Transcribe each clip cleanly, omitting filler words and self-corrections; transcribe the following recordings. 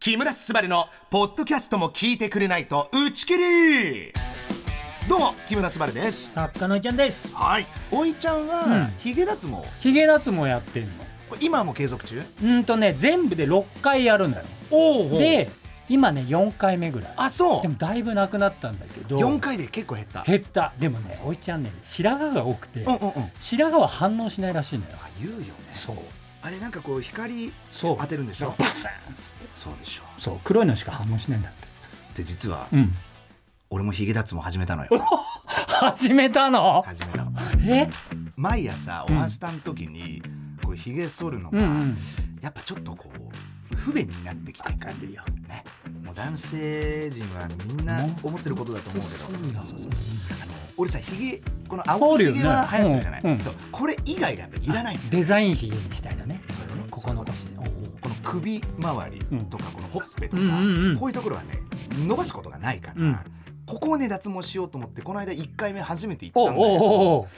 木村昴のポッドキャストも聞いてくれないと打ち切り。どうも木村昴です。 作家のいちゃんです。 はい、おいちゃんはヒゲ脱毛、 ヒゲ脱毛やってんの。 今はもう継続中？ 全部で6回やるのよ。で今ね4回目ぐらい。 あ、そう。 でもだいぶなくなったんだけど、 4回で結構減った。 でもね、おいちゃんね白髪が多くて、白髪は反応しないらしいのよ。 あ、言うよね。 そう、 あれなんかこう光当てるんでしょ。 バサーンっつって。 そうでしょ。 そう黒いのしか反応しないんだって。 で実は、俺もヒゲ脱毛始めたのよ。 始めたの？ 毎朝おはスタの時にこうヒゲ剃るのが、やっぱちょっとこう不便になってきてるね。もう男性陣はみんな思ってることだと思うけど、そう俺さこの青いヒゲは生やしてるじゃない、そうこれ以外がやっぱいらないの。 デザインヒゲにしたいだね。 そうよね。 ここの腰でこの首周りとかこのほっぺとか、こういうところはね伸ばすことがないから、ここをね脱毛しようと思ってこの間1回目初めて行ったんだけど、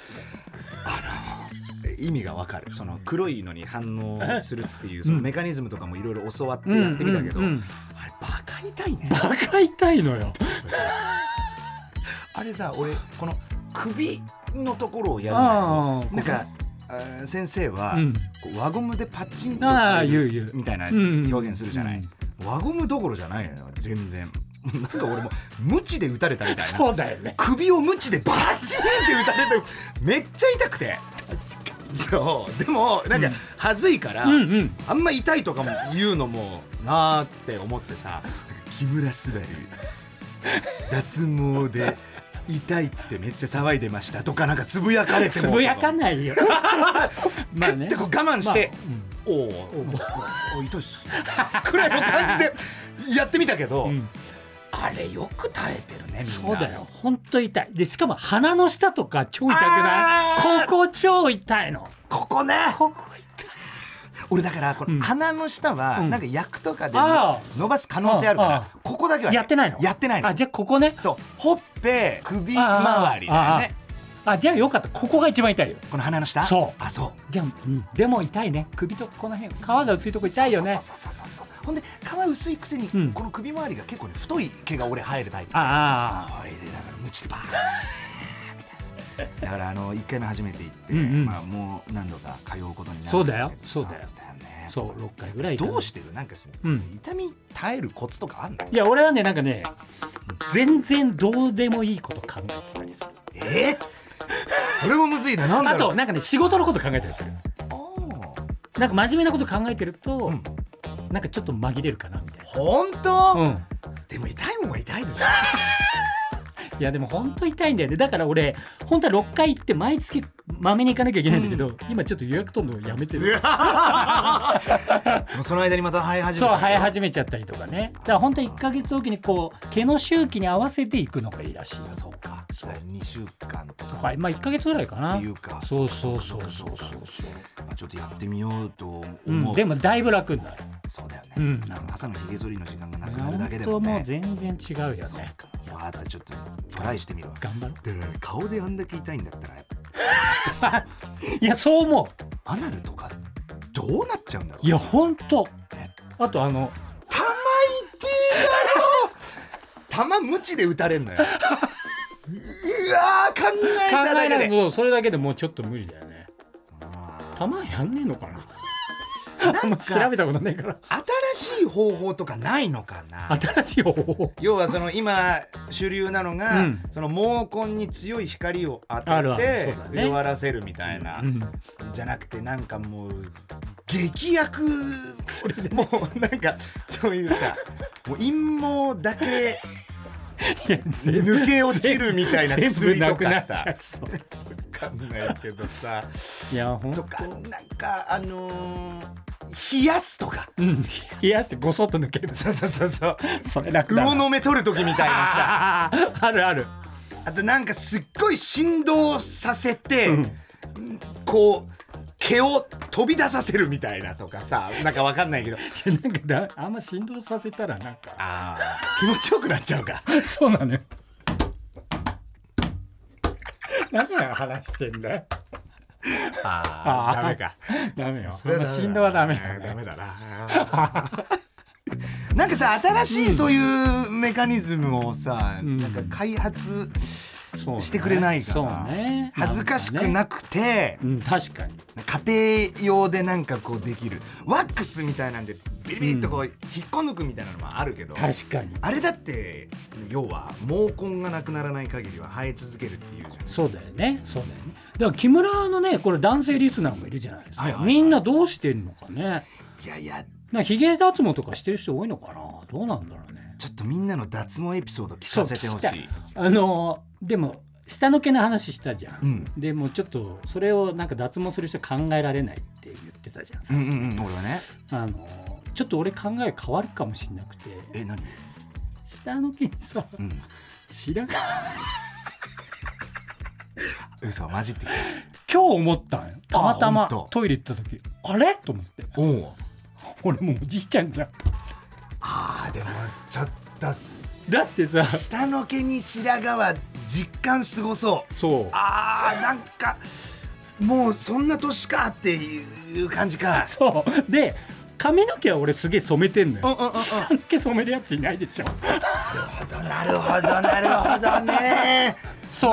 意味がわかる。その黒いのに反応するっていうそのメカニズムとかもいろいろ教わってやってみたけど、あれバカ痛いね。 バカ痛いのよ。 あれさ、俺この首のところをやるんだけど、なんか先生はこう輪ゴムでパチンとされるみたいな表現するじゃない。輪ゴムどころじゃないのよ全然。なんか俺も鞭で打たれたみたいな。 そうだよね。 首を鞭でバチンって打たれてめっちゃ痛くて。そうでもなんか恥ずいから、あんま痛いとかも言うのもなーって思ってさ、木村昴脱毛で痛いってめっちゃ騒いでましたとかなんかつぶやかれてもつぶやかないよ。 まあね、ってこう我慢して、お痛いっすくらいの感じでやってみたけど、あれよく耐えてるねみんな。 そうだよ、ほんと痛い。でしかも鼻の下とか超痛くない？ここ超痛いの。 ここね。 ここ痛い。 俺だからこの鼻の下はなんか役とかで伸ばす可能性あるから、ここだけはやってないの。 やってないの。 あ、じゃあここね。 そう、ほっぺ首周りだよね。 あ、じゃあよかった。ここが一番痛いよ。 この鼻の下。 そう。 あ、そう。 じゃあ、でも痛いね。首とこの辺皮が薄いとこ痛いよね。 そう。ほんで皮薄いくせにこの首周りが結構ね太い毛が俺生えるタイプ。これでだからムチでバーンだから1回目初めて行って、まあもう何度か通うことになる。 そうだよ。 そう 6回ぐらい。 どうしてる？なんか痛み耐えるコツとかあんの？ いや俺はね、なんかね、全然どうでもいいこと考えてたりする。 それもむずいな。なんだろう。 あとなんかね、仕事のこと考えたりする。なんか真面目なこと考えてると、なんかちょっと紛れるかなみたいな。 本当？でも痛いもんは痛いでしょ。 いやでも本当痛いんだよね。だから俺本当は6回行って毎月まめに行かなきゃいけないんだけど、今ちょっと予約取るのやめてる。 その間にまた生え始めちゃう。 そう、生え始めちゃったりとかね。だから本当は1ヶ月おきにこう毛の周期に合わせていくのがいいらしいよ。 そうか。2週間とか。 まあ1ヶ月ぐらいかな。 っていうか。 そう。 ちょっとやってみようと思う。 でもだいぶ楽になる。 そうだよね。朝のひげ剃りの時間がなくなるだけでもね。 もう全然違うよね。 わかった、ちょっとトライしてみるわ。 頑張る。 だから顔であんだけ痛いんだったらいやそう思う。 アナルとかどうなっちゃうんだろう。 いやほんと。あと玉痛いだろ。玉ムチで打たれんのよ。うわー、考えただけでもうそれだけでもうちょっと無理だよね。玉やんねえのかな。なんか調べたことないから。 新しい方法とかないのかな。 新しい方法。 要はその今主流なのが、その毛根に強い光を当てて弱らせるみたいな、じゃなくてなんかもう劇薬もうなんかそういうさ、もう陰毛だけ抜け落ちるみたいな薬とかさ。わかんないけどさ。 いやほんと。 とかなんか冷やすとか、 冷やしてごそっと抜ける。 そうそれ楽だな。 魚の目取る時みたいなさ。 ある。 あとなんかすっごい振動させて、こう毛を飛び出させるみたいなとかさ、なんかわかんないけど、 なんかあんま振動させたらなんか気持ちよくなっちゃうか。 そうなのよ。何が話してんだよ。 ダメか。 ダメよ。振動はダメよ。 ダメだな。 なんかさ新しいそういうメカニズムをさ、なんか開発してくれないかな、恥ずかしくなくて、 確かに家庭用でなんかこうできるワックスみたいなんでビリビリっとこう引っこ抜くみたいなのもあるけど、 確かにあれだって要は毛根がなくならない限りは生え続けるっていうじゃん。 そうだよねだから木村のねこれ男性リスナーもいるじゃないですか、みんなどうしてるのかね。 いやいやなんかヒゲ脱毛とかしてる人多いのかな、どうなんだろうね。 ちょっとみんなの脱毛エピソード聞かせてほしい。 でも下の毛の話したじゃん、でもちょっとそれをなんか脱毛する人考えられないって言ってたじゃんさ、 俺はねちょっと俺考え変わるかもしれなくて。 何？ 下の毛にさ、白髪嘘混じってきた。 今日思ったんよ、たまたまトイレ行った時あれと思って、俺もうおじいちゃんじゃん。 でもちょっとだってさ下の毛に白髪は実感すごそう。なんかもうそんな年かっていう感じか。 そうで髪の毛は俺すげえ染めてんのよ、下の毛染めるやついないでしょ。 なるほどねそう、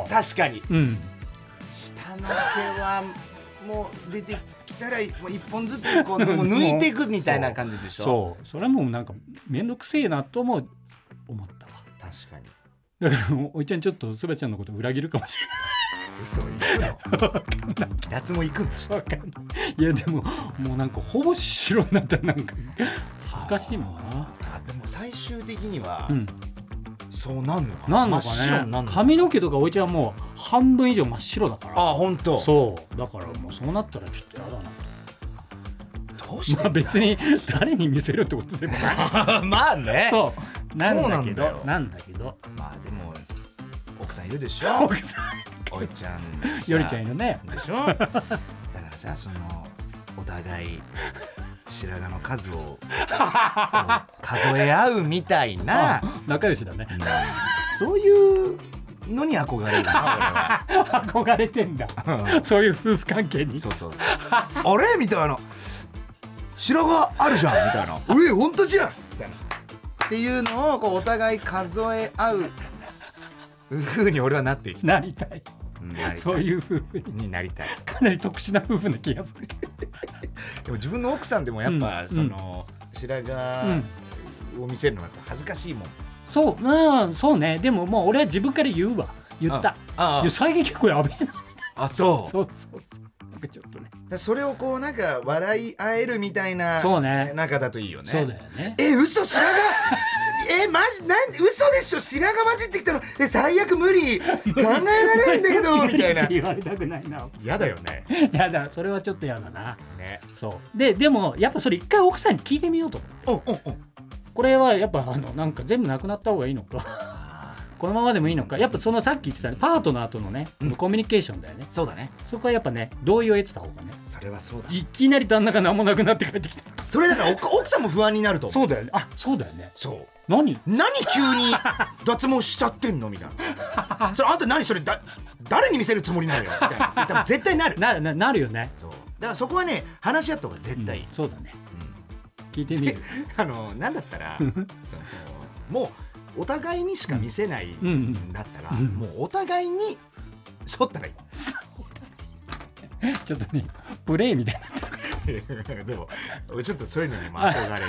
確かに、下の毛はもう出てきたらもう一本ずつこうもう抜いていくみたいな感じでしょ。 それもなんかめんどくせえなとも思ったわ。 確かに。 だからおいちゃんちょっとすばちゃんのこと裏切るかもしれない。 嘘行くの？脱毛行くの？ 分かんない。いやでももうなんかほぼ白になったらなんか恥ずかしいもんな。 でも最終的には、そうなんのかな。真っ白になんの。髪の毛とかおいちゃんもう半分以上真っ白だから。 本当。 そうだからもうそうなったらちょっとやだな。 どうして？ 別に誰に見せるってことでもない。 まあね。 そうなんだけど。 まあでも奥さんいるでしょ。奥さん。おいちゃんよりちゃんいるねでしょ。だからさそのお互い白髪の数を数え合うみたいな仲良しだね、 そういうのに憧れるな俺は。 憧れてんだそういう夫婦関係に。 そうあれみたいな白髪あるじゃんみたいな本当じゃんみたいなっていうのをこうお互い数え合う風に俺はなっていきたい。 なりたい。そういう夫婦になりたい。 かなり特殊な夫婦な気がする。 でも自分の奥さんでもやっぱ、その白髪を見せるのは恥ずかしいもん。 そうね。でももう俺は自分から言った。最近結構やべえな。そうなんかちょっとね。 それをこうなんか笑い合えるみたいな仲だといいよね。 そうだよね。 嘘白髪マジ嘘でしょ白髪混じってきたの最悪無理考えられるんだけどみたいな。 言われたくないな。 嫌だよね。 やだそれはちょっと嫌だな。ね。そうでもやっぱそれ一回奥さんに聞いてみようと思って。これはやっぱなんか全部なくなった方がいいのかこのままでもいいのか。やっぱそのさっき言ってたねパートナーとのね、コミュニケーションだよね。 そうだね。 そこはやっぱね同意を得てた方がね。 それはそうだ。 いきなり旦那が何もなくなって帰ってきた。 それだから奥さんも不安になると思う。 そうだよね。そうだよね。何急に脱毛しちゃってんのみたいな。それあんた何それ誰に見せるつもりなのよみたいな。多分絶対なるよね。 だからそこはね話し合った方が絶対いい。 そうだね。聞いてみる。 なんだったらもうお互いにしか見せないんだったら、もうお互いに剃ったらいい。 ちょっとねプレイみたいな。でも俺ちょっとそういうのにも憧れる。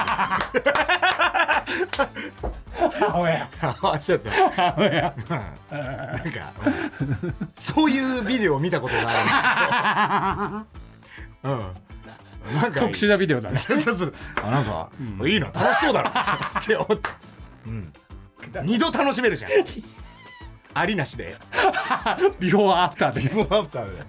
母親ちょっとなんかそういうビデオを見たことがある。なんか特殊なビデオだね。 なんかいいな楽しそうだなって思って。2度楽しめるじゃん。ありなしでビフォーアフターで。 ビフォーアフターで。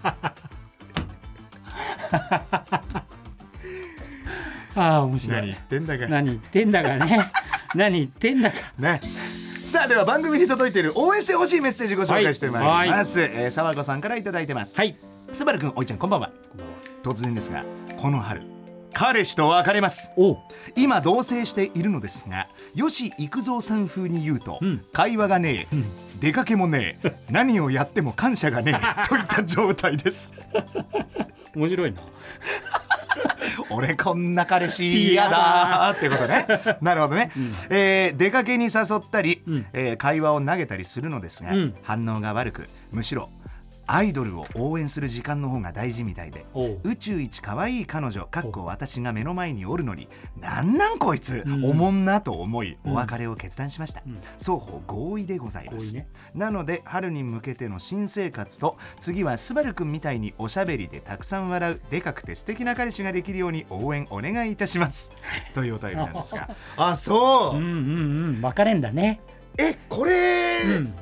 面白い。 何言ってんだかね。何言ってんだかね。さあでは番組に届いている応援してほしいメッセージご紹介してまいります。沢子さんからいただいてます。すばるくんおいちゃんこんばんは。突然ですがこの春彼氏と別れます。今同棲しているのですが吉幾三さん風に言うと、会話がねえ、出かけもねえ、何をやっても感謝がねえといった状態です。 面白いな。 俺こんな彼氏嫌だっていうことねなるほどね、出かけに誘ったり、会話を投げたりするのですが、反応が悪く、むしろアイドルを応援する時間の方が大事みたいで、宇宙一可愛い彼女私が目の前におるのになんこいつ、おもんなと思いお別れを決断しました、双方合意でございます、なので春に向けての新生活と、次はスバルくんみたいにおしゃべりでたくさん笑うでかくて素敵な彼氏ができるように応援お願いいたしますというお便りなんですがあ、そう、 別れんだね。 これ、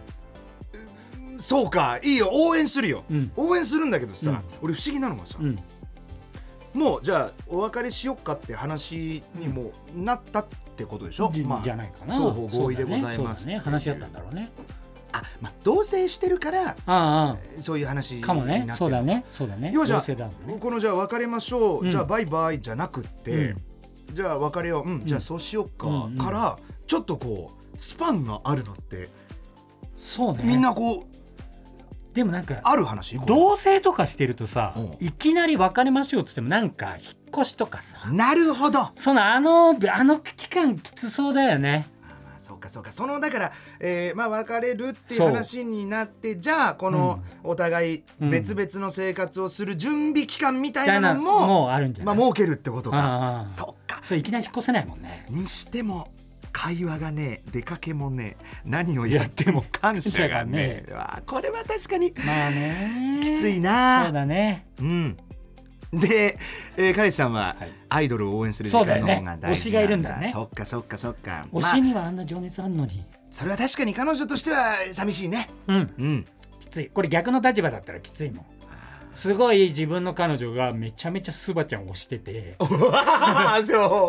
そうか、いいよ、応援するよ、応援するんだけどさ、俺不思議なのがさ、もうじゃあお別れしよっかって話にもなったってことでしょ、 じゃないかな。 双方合意でございます、 話し合ったんだろうね。 同棲してるからそういう話になってるかもね。 そうだね。 要はじゃあこのじゃあ別れましょう、じゃあバイバイじゃなくって、じゃあ別れよう、じゃあそうしよっか、からちょっとこうスパンがあるのって、 そうね、 みんなこうでもなんかある話、 同棲とかしてるとさ、いきなり別れましょうっつってもなんか引っ越しとかさ、 なるほど、 そのあの期間きつそうだよね。 そうかそのだから、別れるっていう話になって、じゃあこのお互い別々の生活をする準備期間みたいなのも、 もうあるんじゃない、 設けるってことか。そっか、 それいきなり引っ越せないもんね。 にしても会話がね、出かけもね、何をやっても感謝がねこれは確かにまあねきついな。 そうだね。 で、彼氏さんはアイドルを応援する時間の方が大事なんだ。 推しがいるんだね。 そっか推しにはあんな情熱あんのに、 それは確かに彼女としては寂しいね。 きつい。これ逆の立場だったらきついもん。すごい自分の彼女がめちゃめちゃスバちゃんを推しててそう、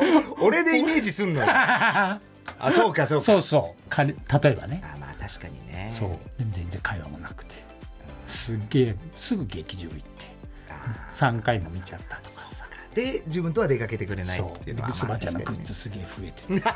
俺でイメージすんのよそうかそう例えばね。 まあ確かにね。 そう、全然会話もなくて、すぐ劇場行って3回も見ちゃったとかさ。 で自分とは出かけてくれないっていうのは、 スバちゃんのグッズすげえ増えてて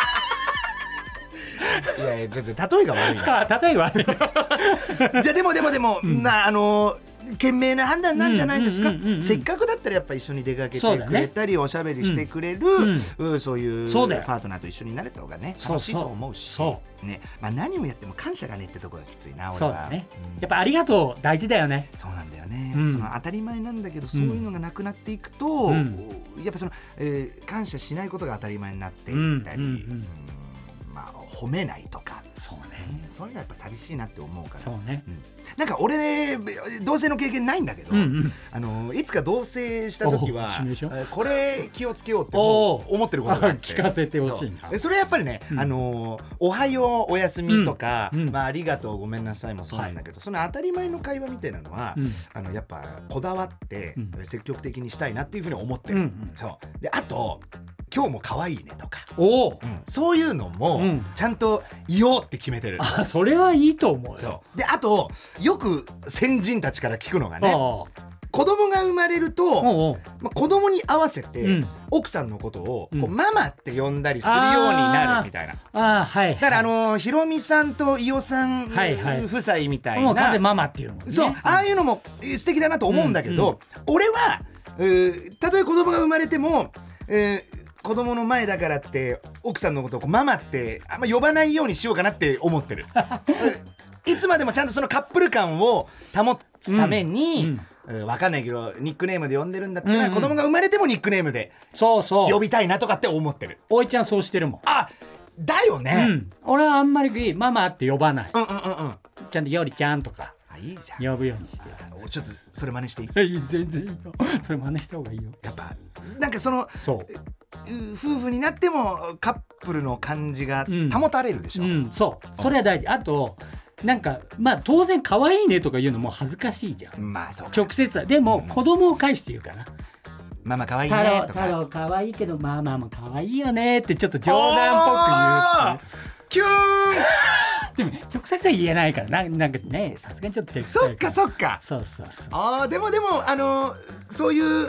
いやちょっと例えが悪いな例えばねじゃあでも賢明な判断なんじゃないですか。せっかくだったらやっぱ一緒に出かけてくれたり、おしゃべりしてくれる、そういうパートナーと一緒になれた方がね、楽しいと思うしね。何をやっても感謝がねってとこがきついな、俺は。 そうだね、やっぱありがとう大事だよね。 そうなんだよね、その当たり前なんだけど、そういうのがなくなっていくと、やっぱその、感謝しないことが当たり前になっていったり、褒めないとか、そういうのはやっぱ寂しいなって思うから。 そうね、 なんか俺同棲の経験ないんだけど、いつか同棲した時はこれ気をつけようって思ってることがあって聞かせてほしいな。 それやっぱりね、おはよう、おやすみとか、ありがとう、ごめんなさいもそうなんだけど、その当たり前の会話みたいなのは、やっぱこだわって積極的にしたいなっていうふうに思ってる。そうで、あと今日も可愛いねとか、そういうのもちゃんと言おうって決めてる。 それはいいと思うよ。 そうで、あとよく先人たちから聞くのがね、子供が生まれると、子供に合わせて奥さんのことをママって呼んだりするようになるみたいな。だからひろみさんと伊代さん夫妻みたいな、 もう完全ママっていうのもね。 そう、ああいうのも素敵だなと思うんだけど、俺はたとえ子供が生まれても、子供の前だからって奥さんのことをママってあんま呼ばないようにしようかなって思ってるいつまでもちゃんとそのカップル感を保つために、分かんないけどニックネームで呼んでるんだったら、子供が生まれてもニックネームで呼びたいなとかって思ってる。 おいちゃんそうしてるもん。 だよね、 俺はあんまりママって呼ばない、ちゃんとよりちゃんとかいいじゃん、 呼ぶようにして。 ちょっとそれ真似していい？ 全然いいよ、それ真似した方がいいよ。 やっぱなんかその夫婦になってもカップルの感じが保たれるでしょ。 そうそれは大事。あとなんか当然可愛いねとか言うのも恥ずかしいじゃん。 そう直接は。でも、子供を介して言うかな。 ママ可愛いねとか、 太郎可愛いけどママも可愛いよねってちょっと冗談っぽく言うって。 キューンでも直接は言えないからなんかね、さすがにちょっとそっかそうでもそういう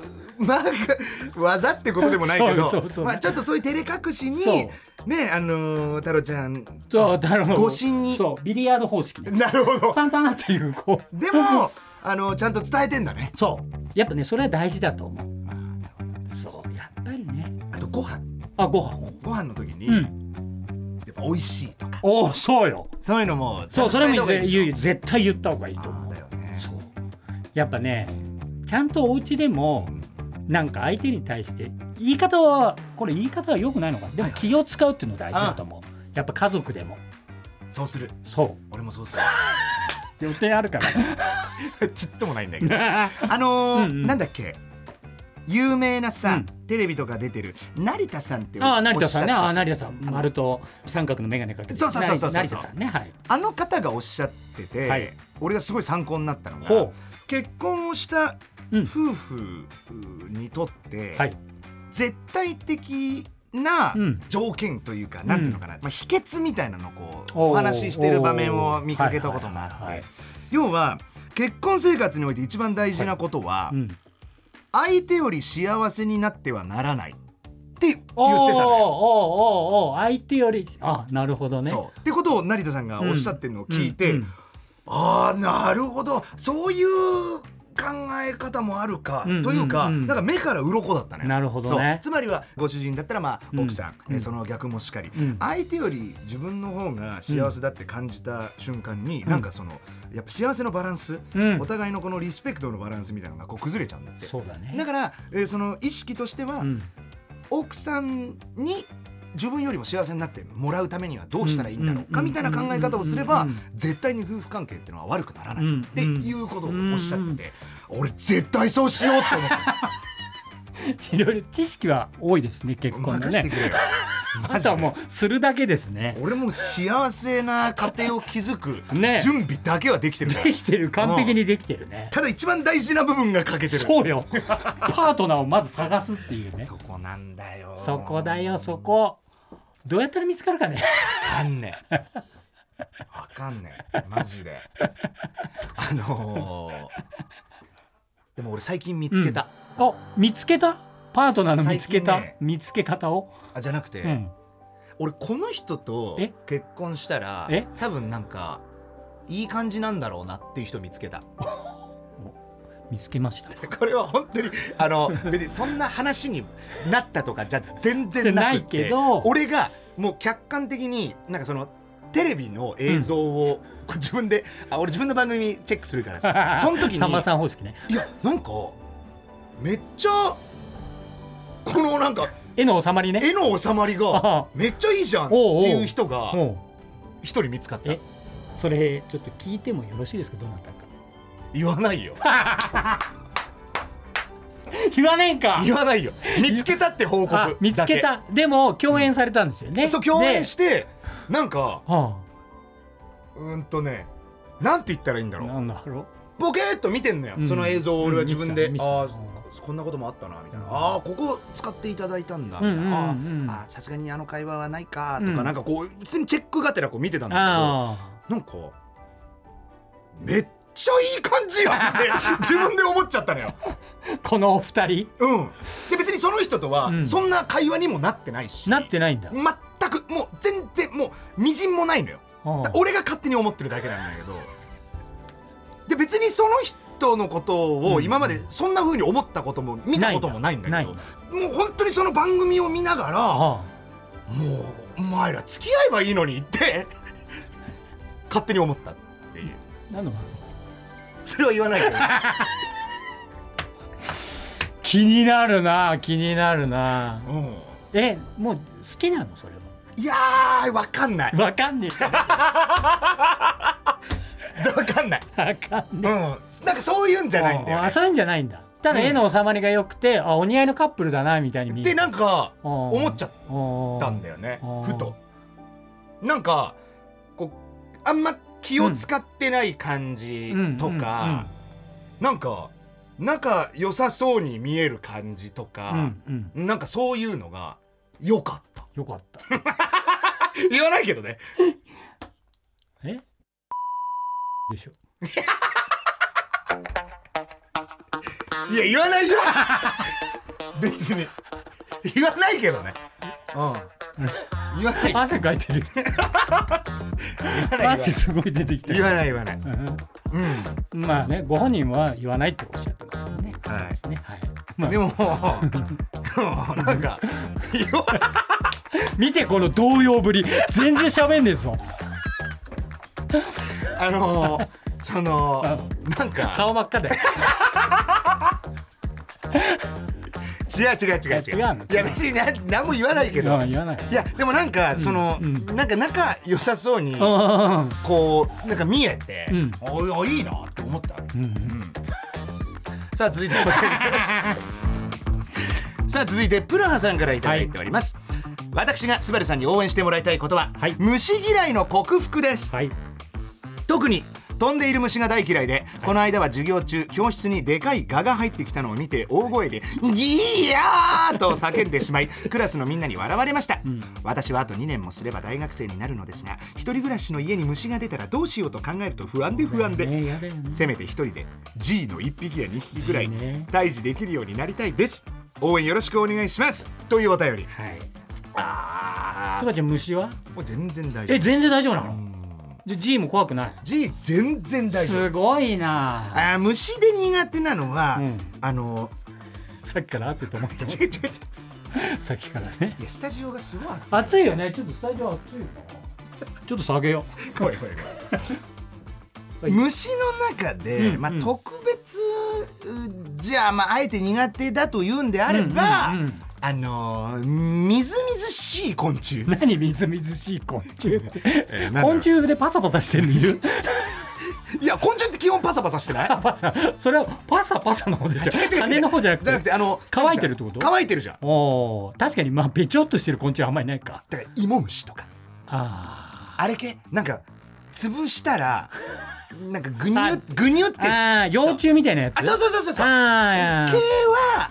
技ってことでもないけど、ちょっとそういう照れ隠しにね、太郎ちゃんご心にビリヤード方式、 なるほど、 パンパンっていうでもちゃんと伝えてんだね。 そうやっぱね、それは大事だと思う。 ご飯の時に、やっぱ美味しいとか、 そうよ、 そういうのもそれも絶対言った方がいいと思う。 だよね。 そうやっぱね、ちゃんとお家でもなんか相手に対して言い方は良くないのかな。でも気を使うっていうの大事だと思う。やっぱ家族でもそうする。俺もそうする。 予定あるからちっともないんだけどなんだっけ、有名なさ、テレビとか出てる成田さんって成田さんね。成田さん、丸と三角の眼鏡かけてそう成田さんね、はい、 あの方がおっしゃってて、俺がすごい参考になったのが、結婚をした夫婦にとって、絶対的な条件というか、なんていうのかな、秘訣みたいなのをこうお話ししてる場面を見かけたことがあって、要は結婚生活において一番大事なことは、相手より幸せになってはならないって言ってたのよ。 相手より、なるほどね。 そうってことを成田さんがおっしゃってるのを聞いて、なるほど、そういう考え方もあるか、というか、なんか目から鱗だったね。 なるほどね。 つまりはご主人だったら奥さん、その逆もしかり、相手より自分の方が幸せだって感じた瞬間に、なんかそのやっぱ幸せのバランス、お互いのこのリスペクトのバランスみたいなのがこう崩れちゃうんだって。 そうだね。 だから、その意識としては、奥さんに自分よりも幸せになってもらうためにはどうしたらいいんだろうかみたいな考え方をすれば、絶対に夫婦関係っていうのは悪くならないっていうことをおっしゃってて、俺絶対そうしようって思っていろいろ知識は多いですね、結婚のね。あとはもうするだけですね。 俺も幸せな家庭を築く準備だけはできてるから。 できてる、完璧にできてるね。 ただ一番大事な部分が欠けてる。 そうよパートナーをまず探すっていうね。 そこなんだよ。 そこだよ、そこ。どうやったら見つかるかね。 わかんねえマジで。でも俺最近見つけた。 見つけた？パートナーの見つけた、見つけ方をじゃなくて、俺この人と結婚したら多分なんかいい感じなんだろうなっていう人見つけた。 見つけました。 これは本当に別にそんな話になったとかじゃ全然なくて、俺がもう客観的になんかそのテレビの映像を自分で、俺自分の番組チェックするからさ、その時にさんまさん方式ね。 いやなんかめっちゃこのなんか絵の収まりね、 絵の収まりがめっちゃいいじゃんっていう人が一人見つかった。 それちょっと聞いてもよろしいですか？どなたか。 言わないよ言わないんか。 言わないよ。見つけたって報告。 見つけた。でも共演されたんですよね。 そう、共演してなんかなんて言ったらいいんだろう。 なんだろう。 ボケーっと見てんのよ、その映像を俺は自分で。こんなこともあったなみたいな。ここ使っていただいたんだみたいな。さすがにあの会話はないかとか、なんかこう普通にチェックがてらこう見てたんだけど、なんかめっちゃいい感じやって自分で思っちゃったのよこのお二人。 で別にその人とはそんな会話にもなってないし、 なってないんだ。 全くもう全然もうみじんもないのよ。俺が勝手に思ってるだけなんだけど、で別にその人のことを今までそんな風に思ったことも見たこともないんだけど、もう本当にその番組を見ながら、もうお前ら付き合えばいいのにって勝手に思ったっていう。 何の番組？ それは言わないけど気になるな、気になるな。もう好きなのそれは？ いやーわかんない。 わかんねえ。 わかんない。 わかんねえ。なんかそういうんじゃないんだよね。 そういうんじゃないんだ。ただ絵の収まりが良くて、お似合いのカップルだなみたいに見えて。 でなんか思っちゃったんだよね。ふと。なんかこうあんま気を使ってない感じとか、なんか仲良さそうに見える感じとか、なんかそういうのが良かった。 良かった。 言わないけどね。 でしょ。 いや言わないよ。別に言わないけどね。言わない。 汗かいてる。汗すごい出てきた。 言わない言わない。 まあね、ご本人は言わないっておっしゃってますよね。 でもなんか見てこの動揺ぶり、全然喋んねえぞ。 そのなんか顔真っ赤で違うの。いや別に何も言わないけど、 言わない。 いやでもなんかその、なんか仲良さそうにこうなんか見えて、おいいなって思った。さあ続いて続いてプラハさんからいただいております。私がスバルさんに応援してもらいたいことは、虫嫌いの克服です。特に飛んでいる虫が大嫌いで、この間は授業中教室にでかいガが入ってきたのを見て大声でギーヤーと叫んでしまい、クラスのみんなに笑われました。私はあと2年もすれば大学生になるのですが、一人暮らしの家に虫が出たらどうしようと考えると不安で、せめて一人で G の1匹や2匹ぐらい退治できるようになりたいです。応援よろしくお願いしますというお便り。 スバちゃん虫はもう全然大丈夫。 全然大丈夫なの？G も怖くない？ G 全然大丈夫。 すごいな。 虫で苦手なのは、 さっきから暑いと思ってます。さっきからね。 いやスタジオがすごい暑い。 暑いよね。ちょっとスタジオ暑いよ。ちょっと下げよう。 怖い虫の中で、特別じゃあ、あえて苦手だというんであれば、みずみずしい昆虫。 何みずみずしい昆虫って、昆虫でパサパサしてるのいる？ いや昆虫って基本パサパサしてない？ それはパサパサの方でしょ。羽の方じゃなくて乾いてるってこと？ 乾いてるじゃん。 確かにべちょっとしてる昆虫はあんまりないか。 だから芋虫とかあれ系なんか潰したらなんかグニュって幼虫みたいなやつ。 そう系は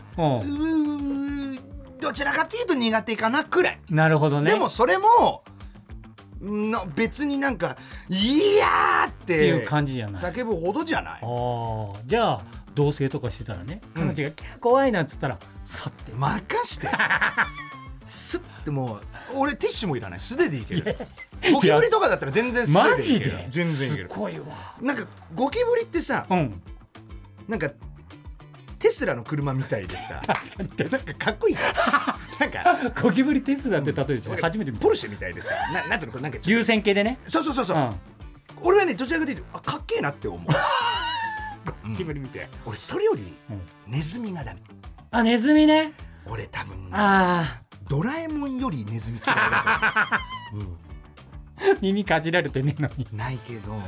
どちらかというと苦手かなくらい。 なるほどね。 でもそれも別になんかいやーっていう感じじゃない、叫ぶほどじゃない。 じゃあ同棲とかしてたらね、彼女が怖いなっつったらさって任してスッてもう俺ティッシュもいらない、素手でいける。ゴキブリとかだったら全然素手でいける。 マジで全然いける。 すごいわ。 なんかゴキブリってさ、なんかテスラの車みたいでさ、 確かになんかかっこいいじゃん。なんかゴキブリテスラって例えて初めて見た。 ポルシェみたいでさ、なんつうのなんか流線形でね。 そう、俺はねどちらかというとかっけえなって思う。ゴキブリ見て。 俺それよりネズミがダメ。 ネズミね。 俺多分ドラえもんよりネズミ嫌いだと思う。 耳かじられてねえのに。 ないけど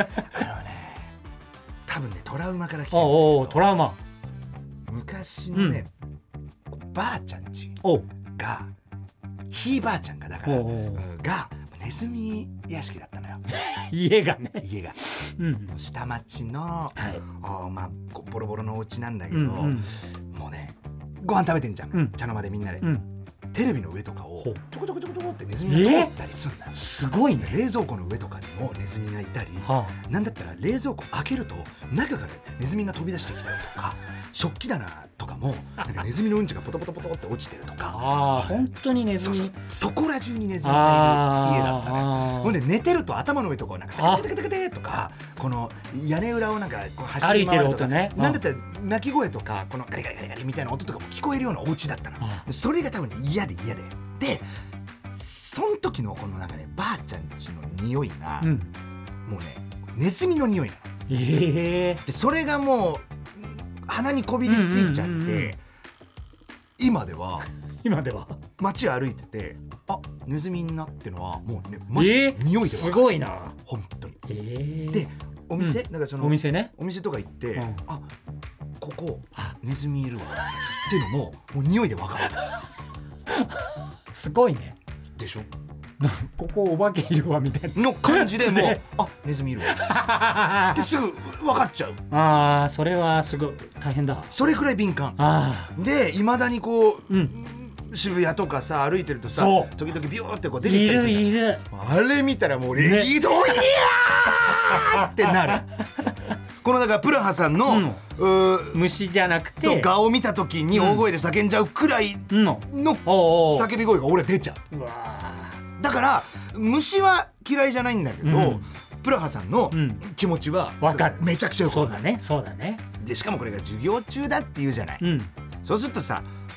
多分ねトラウマから来てる。 トラウマ。 昔のね、ばあちゃんちがひいばあちゃんがだからがネズミ屋敷だったのよ。家が下町の、ボロボロのお家なんだけど、もうねご飯食べてんじゃん、茶の間でみんなで、テレビの上とかをちょこちょこってネズミが通ったりするんだよ。 すごいね。 冷蔵庫の上とかにもネズミがいたり、なんだったら冷蔵庫開けると中からネズミが飛び出してきたりとか、食器棚とかもなんかネズミのうんちがポトポトポトって落ちてるとか。 本当にネズミ。 そこら中にネズミがいる家だったね。もうね寝てると頭の上とかをなんかテケテケテケテとか、この屋根裏をなんかこう走り回るとか、なんだったら鳴き声とかこのガリガリガリガリみたいな音とかも聞こえるようなお家だったの。それが多分ね嫌でその時のこのなんかねばあちゃんちの匂いが、もうねネズミの匂いなの。でそれがもう鼻にこびりついちゃって、今では街歩いててネズミになってのはもうねマジで匂いで分かる。 すごいな本当に。でお店、なんかそのお店とか行って、ここネズミいるわっていうのももう匂いで分かる。 すごいね。 でしょ。 ここお化けいるわみたいなの感じでもネズミいるわってすぐ分かっちゃう。 それはすごい大変だ。 それくらい敏感で、いまだにこう、渋谷とかさ歩いてるとさ、時々ビューってこう出てきたりするじゃん。あれ見たらもう俺ひどいやーってなる。このだからプラハさんの、 虫じゃなくてガを見た時に大声で叫んじゃうくらいの叫び声が俺出ちゃう。だから虫は嫌いじゃないんだけど、プラハさんの気持ちはめちゃくちゃよくわかる。 そうだね。 でしかもこれが授業中だっていうじゃない、そうするとさ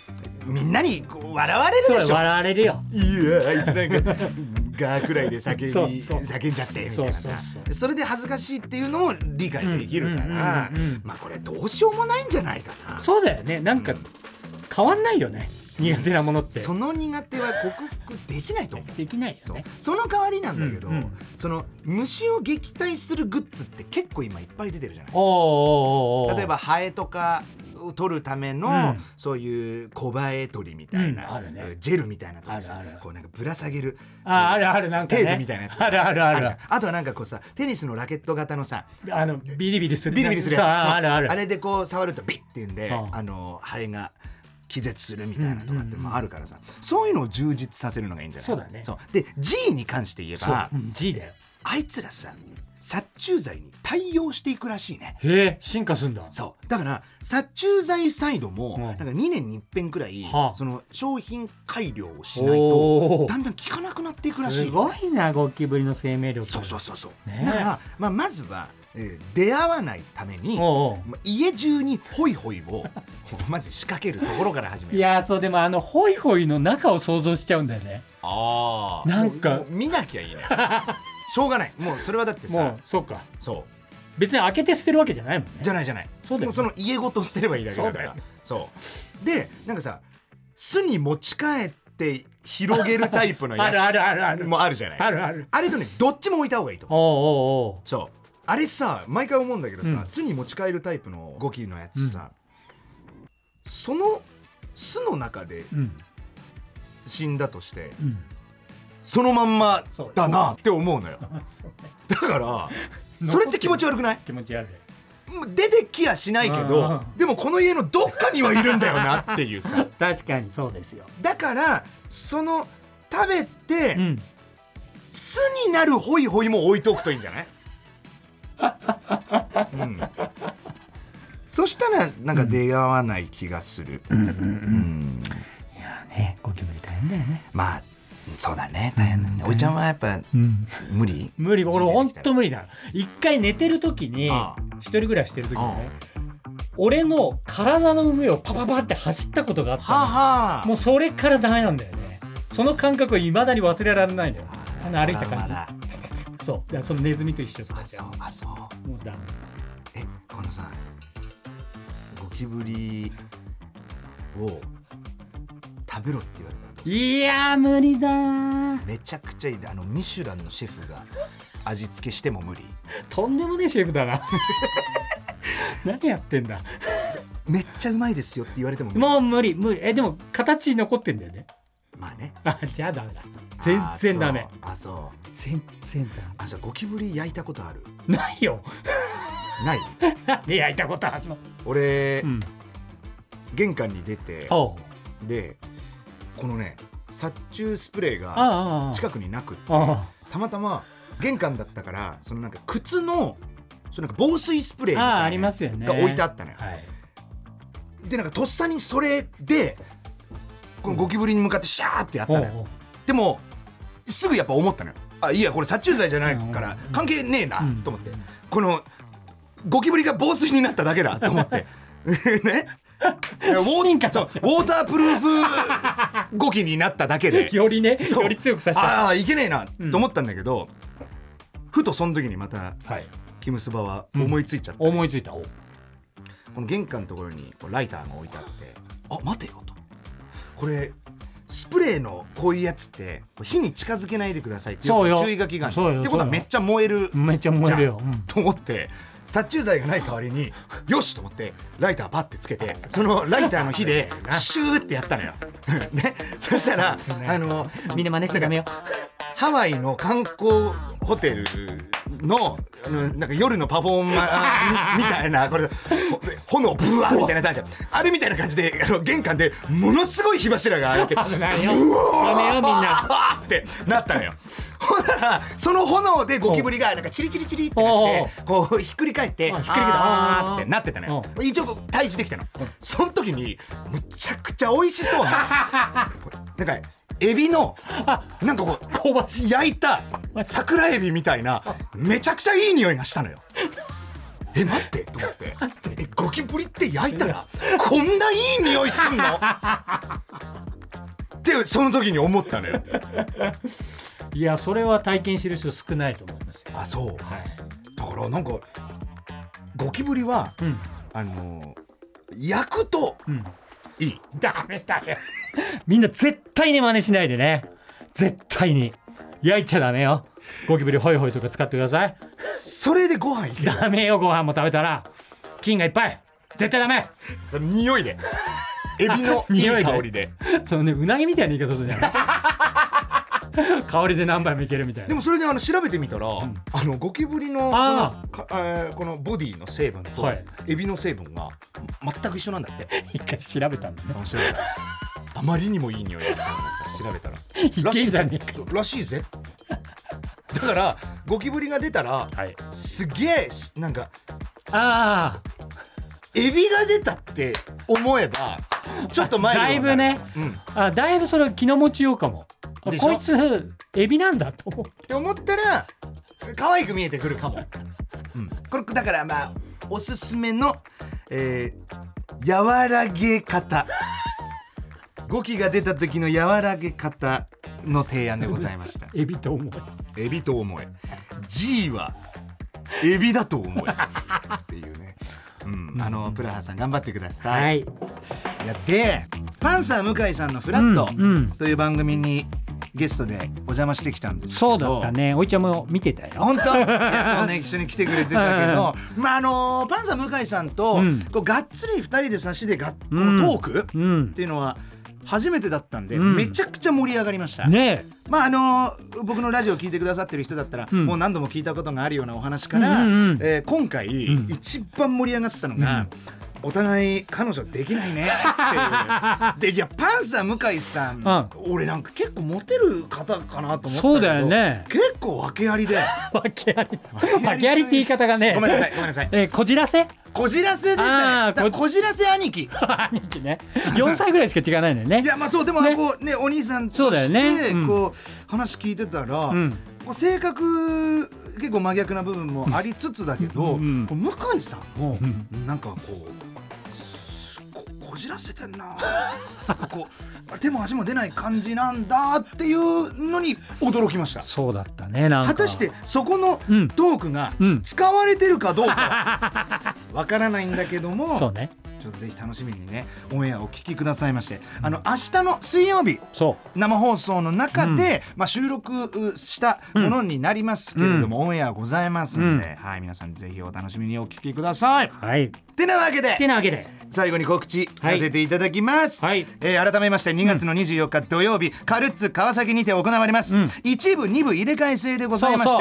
みんなにこう笑われるでしょ。 そう笑われるよ。 いやあいつなんかガーくらいで叫んじゃってみたいなさ、それで恥ずかしいっていうのも理解できるから、まあこれどうしようもないんじゃないかな。 そうだよね。なんか変わんないよね、苦手なものって。 その苦手は克服できないと思う。 できないよね。 その代わりなんだけど、その虫を撃退するグッズって結構今いっぱい出てるじゃない。例えばハエとかを取るための、そういうコバエ取りみたいな、ジェルみたいなとかさ、こうなんかぶら下げるあるなんか、ね、 テープみたいなやつある。 あとはなんかこうさ、テニスのラケット型のさ、 ビリビリするやつ、 あれでこう触るとビッっていうんで、ハエが気絶するみたいなとかってのもあるからさ、そういうのを充実させるのがいいんじゃない。 そうだね。 で G に関して言えば、 G だよ。 あいつらさ殺虫剤に対応していくらしいね。 へえ、進化すんだ。 そうだから殺虫剤サイドもなんか2年に一遍くらい、その商品改良をしないとだんだん効かなくなっていくらしい。 すごいな、ゴキブリの生命力。 そう、だから、まずは出会わないために家中にホイホイをまず仕掛けるところから始める。 いやそう、でもホイホイの中を想像しちゃうんだよね。なんか見なきゃいいねしょうがない。もうそれはだってさ、 もうそうか、 そう別に開けて捨てるわけじゃないもんね。 じゃない。 そうだよね。 もうその家ごと捨てればいいだけだから。そうでなんかさ、巣に持ち帰って広げるタイプのやつあるもあるじゃない。あれとね、どっちも置いた方がいいと。そうあれさ、毎回思うんだけどさ、巣に持ち帰るタイプのゴキのやつさ、その巣の中で死んだとして、そのまんまだなって思うのよ。だからそれって気持ち悪くない？ 気持ち悪い。 出てきやしないけど、でもこの家のどっかにはいるんだよなっていうさ確かにそうですよ。 だからその食べて、巣になるホイホイも置いておくといいんじゃない？そしたらなんか出会わない気がする。いやね、ゴキブリ大変だよね。 まあそうだね、大変だね。おいちゃんはやっぱ無理？ 俺ほんと無理だ。一回寝てる時に、一人暮らししてる時にね、俺の体の上をパパパって走ったことがあったの。もうそれからダメなんだよね。その感覚を未だに忘れられないのよ。歩いた感じ。そう、だからそのネズミと一緒。 そう。 もうダメ。 このさ、ゴキブリを食べろって言われたらどうする？ いや無理だ。 めちゃくちゃいい。ミシュランのシェフが味付けしても無理。 とんでもねえシェフだな何やってんだめっちゃうまいですよって言われてももう無理。でも形残ってんだよね。 まあね。 じゃあダメだ。全然ダメ。 そう全然ダメ。 ゴキブリ焼いたことある？ ないよないで焼いたことあるの？ 俺、玄関に出て、でこのね殺虫スプレーが近くになくって、たまたま玄関だったから、そのなんか靴のそのなんか防水スプレーみたいなやつが置いてあったのよ。でなんかとっさにそれでこのゴキブリに向かってシャーってやったのよ。でもすぐやっぱ思ったのよ。いやこれ殺虫剤じゃないから関係ねえなと思って、このゴキブリが防水になっただけだと思ってね。ウォータープルーフゴキになっただけでよりね、より強くさせた。 いけねえなと思ったんだけど、ふとその時にまたキムスバは思いついちゃって、 思いついた。この玄関のところにライターが置いてあって、待てよと、これスプレーのこういうやつって火に近づけないでくださいっていう注意書きがあるってことはめっちゃ燃えるじゃんと思って、殺虫剤がない代わりによしと思ってライターパッてつけて、そのライターの火でシューってやったのよね。そしたらみんな真似してダメよ。 ハワイの観光ホテルのなんか夜のパフォーマーみたいな、これ炎ブワーみたいなやつあるじゃん。あれみたいな感じで玄関でものすごい火柱があってブワーってなったのよ。ほんならその炎でゴキブリがなんかチリチリチリってなってこうひっくり返ってあーってなってたのよ。一応退治できたの。その時にむちゃくちゃ美味しそうななんかエビのなんかこう焼いた桜エビみたいなめちゃくちゃいい匂いがしたのよ。待ってと思って、ゴキブリって焼いたらこんないい匂いすんのその時に思ったのよ。 いやそれは体験してる人少ないと思いますよ。 あ、そう、 はい、 だからなんかゴキブリは、焼くといい。 ダメだよみんな絶対に真似しないでね。絶対に焼いちゃダメよ。ゴキブリホイホイとか使ってください。 それでご飯いける？ ダメよ。ご飯も食べたら菌がいっぱい。絶対ダメ。 その匂いでエビのいい香りでそのね、うなぎみたいな言い方するじゃん香りで何杯もいけるみたいな。 でもそれで調べてみたら、ゴキブリのこのボディの成分とエビの成分が全く一緒なんだって。 一回調べたんだね。 調べた。あまりにもいい匂いだったからさ、調べたららしいぜ。 らしいぜ。だからゴキブリが出たら、すげえなんかエビが出たって思えばちょっと前だいぶね、だいぶそれ気の持ちようかも。こいつエビなんだと思って思ったら可愛く見えてくるかも。これだからまあおすすめの、和らげ方ゴキが出た時の和らげ方の提案でございましたエビと思え。エビと思え。 G はエビだと思えっていうね。プラハさん頑張ってください。いやでパンサー向井さんのフラットという番組にゲストでお邪魔してきたんですけど。 そうだったね。おいちゃんも見てたよ。 本当？いやそうね、一緒に来てくれてたけどパンサー向井さんと、こうがっつり2人で差しでこのトーク、っていうのは初めてだったんで、めちゃくちゃ盛り上がりましたね。僕のラジオを聞いてくださってる人だったら、もう何度も聞いたことがあるようなお話から、今回、一番盛り上がってたのが、お互い彼女できないねっていうで、いやパンサー向井さん、俺なんか結構モテる方かなと思ったけど、 そうだよね、 結構訳ありで訳ありって言い方がね、 ごめんなさいこじらせでしたね。こじらせ兄貴兄貴ね、4歳ぐらいしか違わないんだよね。 いやまあそうでもこうね、お兄さんとしてこう話聞いてたら、性格結構真逆な部分もありつつだけど、向井さんもなんかこうこじらせてんなこう手も足も出ない感じなんだっていうのに驚きました。 そうだったね。なんか果たしてそこのトークが使われてるかどうかはわからないんだけども、 そうね、 ちょっとぜひ楽しみにねオンエアをお聞きくださいまして、明日の水曜日生放送の中で、収録したものになりますけれども、オンエアございますので、皆さんぜひお楽しみにお聞きください。てなわけで最後に告知させていただきます。改めまして2月の24日土曜日、カルッツ川崎にて行われます、1部2部入れ替え制でございまして、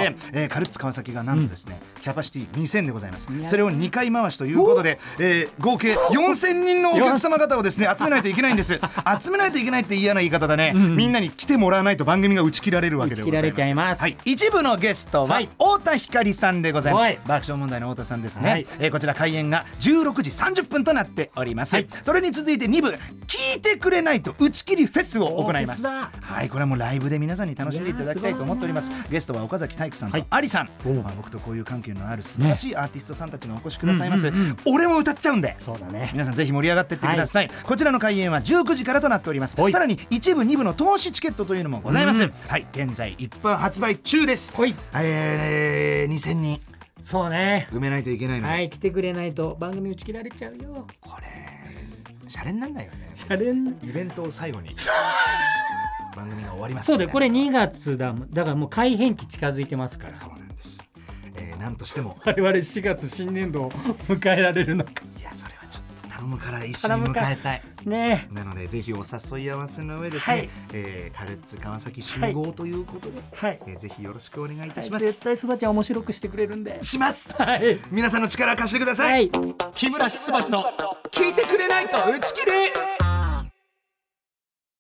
カルッツ川崎がなんとですね、キャパシティ2000でございます。それを2回回しということで、合計4000人のお客様方をですね集めないといけないんです。集めないといけないって嫌な言い方だね、みんなに来てもらわないと番組が打ち切られるわけでございます。一部のゲストは太田光さんでございます。爆笑問題の太田さんですね。こちら開演が16時30分となっております。それに続いて2部聞いてくれないと打ち切りフェスを行います。これはもうライブで皆さんに楽しんでいただきたいと思っております。ゲストは岡崎体育さんとアリさん、僕とこういう関係のある素晴らしいアーティストさんたちがお越しくださいます。俺も歌っちゃうんで、皆さんぜひ盛り上がっていってください。こちらの開演は19時からとなっております。さらに1部2部の投資チケットというのもございます。現在一般発売中です。2000人そうね、 埋めないといけないので、 来てくれないと番組打ち切られちゃうよ。 これシャレになんないよね。イベントを最後に番組が終わります。 そうで、これ2月だからもう改編期近づいてますから。 そうなんです。なんとしても我々4月新年度を迎えられるのか。 いやそれはちょっと頼むから一緒に迎えたいね。 なのでぜひお誘い合わせの上ですね、カルッツ川崎集合ということで、ぜひよろしくお願いいたします。 絶対スバちゃん面白くしてくれるんでします。皆さんの力貸してください。木村スバの聞いてくれないと打ち切り。